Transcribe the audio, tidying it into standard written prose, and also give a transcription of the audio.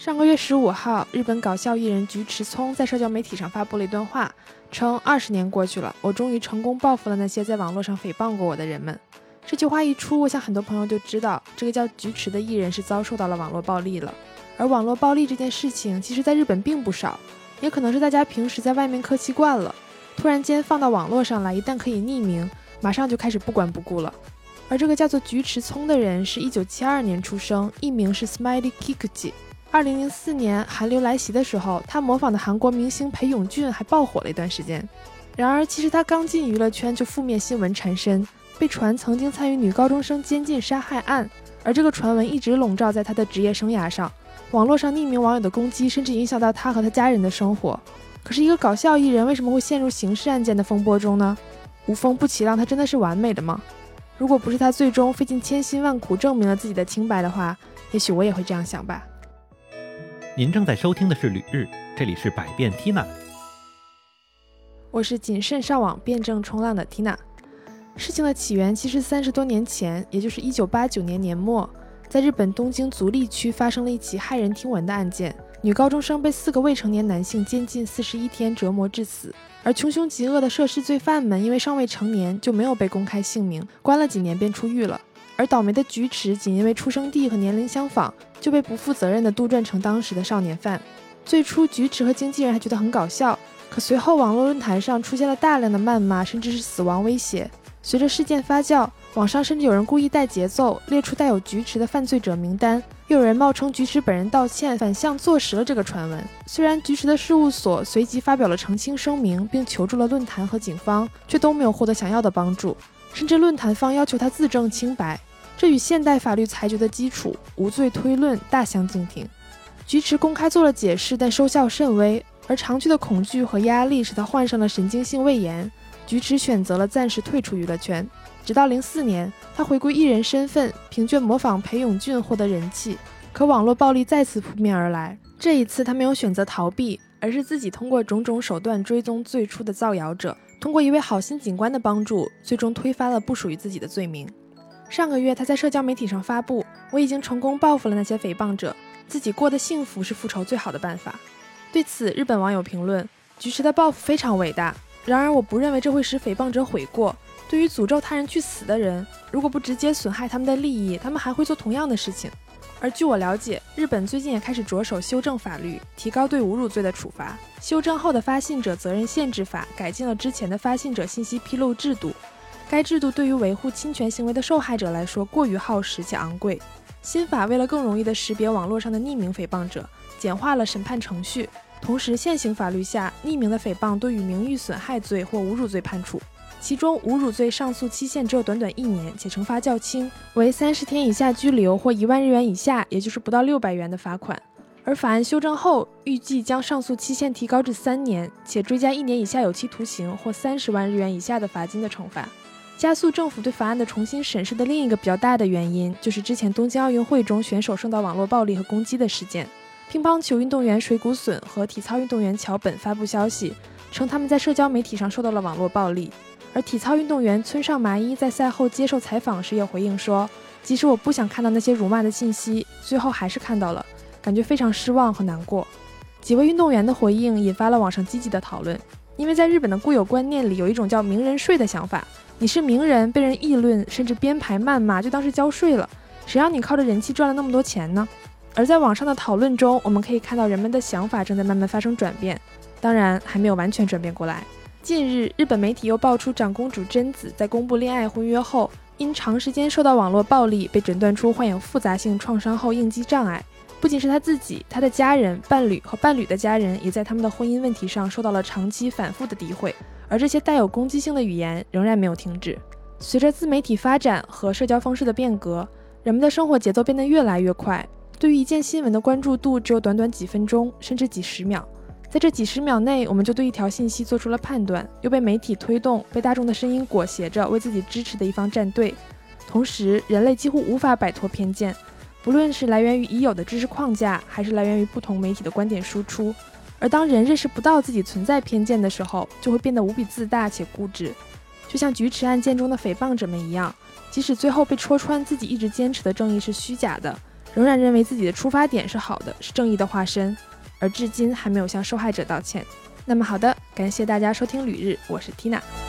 上个月15号，日本搞笑艺人菊池聪在社交媒体上发布了一段话，称20年过去了，我终于成功报复了那些在网络上诽谤过我的人们。这句话一出，我想很多朋友就知道，这个叫菊池的艺人是遭受到了网络暴力了。而网络暴力这件事情，其实在日本并不少，也可能是大家平时在外面客气惯了，突然间放到网络上来，一旦可以匿名，马上就开始不管不顾了。而这个叫做菊池聪的人是1972年出生，艺名是 Smiley Kikuchi。2004年韩流来袭的时候，他模仿的韩国明星裴勇俊还爆火了一段时间。然而其实他刚进娱乐圈就负面新闻缠身，被传曾经参与女高中生监禁杀害案，而这个传闻一直笼罩在他的职业生涯上。网络上匿名网友的攻击甚至影响到他和他家人的生活。可是一个搞笑艺人为什么会陷入刑事案件的风波中呢？无风不起浪，他真的是完美的吗？如果不是他最终费尽千辛万苦证明了自己的清白的话，也许我也会这样想吧。 您正在收听的是旅日，这里是百变 Tina， 我是谨慎上网辩证冲浪的 Tina。 事情的起源其实30多年前，也就是1989年年末，在日本东京足利区发生了一起骇人听闻的案件，女高中生被4个未成年男性监禁41天，折磨致死。而穷凶极恶的涉事罪犯们因为尚未成年，就没有被公开姓名，关了几年便出狱了。而倒霉的菊池仅因为出生地和年龄相仿，就被不负责任地杜撰成当时的少年犯。最初菊池和经纪人还觉得很搞笑，可随后网络论坛上出现了大量的谩骂，甚至是死亡威胁。随着事件发酵，网上甚至有人故意带节奏，列出带有菊池的犯罪者名单，又有人冒称菊池本人道歉，反向坐实了这个传闻。虽然菊池的事务所随即发表了澄清声明，并求助了论坛和警方，却都没有获得想要的帮助，甚至论坛方要求他自证清白，这与现代法律裁决的基础无罪推论大相径庭。菊池公开做了解释，但收效甚微，而长期的恐惧和压力使他患上了神经性胃炎。菊池选择了暂时退出娱乐圈，直到04年，他回归艺人身份，凭借模仿裴勇俊获得人气。可网络暴力再次扑面而来，这一次他没有选择逃避，而是自己通过种种手段追踪最初的造谣者，通过一位好心警官的帮助，最终推翻了不属于自己的罪名。上个月，他在社交媒体上发布：“我已经成功报复了那些诽谤者，自己过得幸福是复仇最好的办法。”对此，日本网友评论：“菊池的报复非常伟大，然而我不认为这会使诽谤者悔过。对于诅咒他人去死的人，如果不直接损害他们的利益，他们还会做同样的事情。”而据我了解，日本最近也开始着手修正法律，提高对侮辱罪的处罚。修正后的发信者责任限制法改进了之前的发信者信息披露制度。该制度对于维护侵权行为的受害者来说过于耗时且昂贵。新法为了更容易地识别网络上的匿名诽谤者，简化了审判程序。同时，现行法律下，匿名的诽谤都与名誉损害罪或侮辱罪判处，其中侮辱罪上诉期限只有短短1年，且惩罚较轻，为30天以下拘留或1万日元以下，也就是不到600元的罚款。而法案修正后，预计将上诉期限提高至3年，且追加1年以下有期徒刑或30万日元以下的罚金的惩罚。加速政府对法案的重新审视的另一个比较大的原因，就是之前东京奥运会中选手受到网络暴力和攻击的事件。乒乓球运动员水谷隼和体操运动员桥本发布消息，称他们在社交媒体上受到了网络暴力。而体操运动员村上麻衣在赛后接受采访时也回应说，即使我不想看到那些辱骂的信息，最后还是看到了，感觉非常失望和难过。几位运动员的回应引发了网上积极的讨论，因为在日本的固有观念里有一种叫名人税的想法，你是名人，被人议论甚至编排谩骂就当是交税了，谁让你靠着人气赚了那么多钱呢？而在网上的讨论中，我们可以看到人们的想法正在慢慢发生转变，当然还没有完全转变过来。近日，日本媒体又爆出长公主贞子在公布恋爱婚约后，因长时间受到网络暴力，被诊断出患有复杂性创伤后应激障碍。不仅是她自己，她的家人、伴侣和伴侣的家人也在他们的婚姻问题上受到了长期反复的诋毁，而这些带有攻击性的语言仍然没有停止。随着自媒体发展和社交方式的变革，人们的生活节奏变得越来越快，对于一件新闻的关注度只有短短几分钟甚至几十秒，在这几十秒内，我们就对一条信息做出了判断，又被媒体推动，被大众的声音裹挟着为自己支持的一方站队。同时，人类几乎无法摆脱偏见，不论是来源于已有的知识框架，还是来源于不同媒体的观点输出。而当人认识不到自己存在偏见的时候，就会变得无比自大且固执。就像菊池案件中的诽谤者们一样，即使最后被戳穿自己一直坚持的正义是虚假的， 仍然认为自己的出发点是好的，是正义的化身，而至今还没有向受害者道歉。那么好的，感谢大家收听旅日，我是 Tina。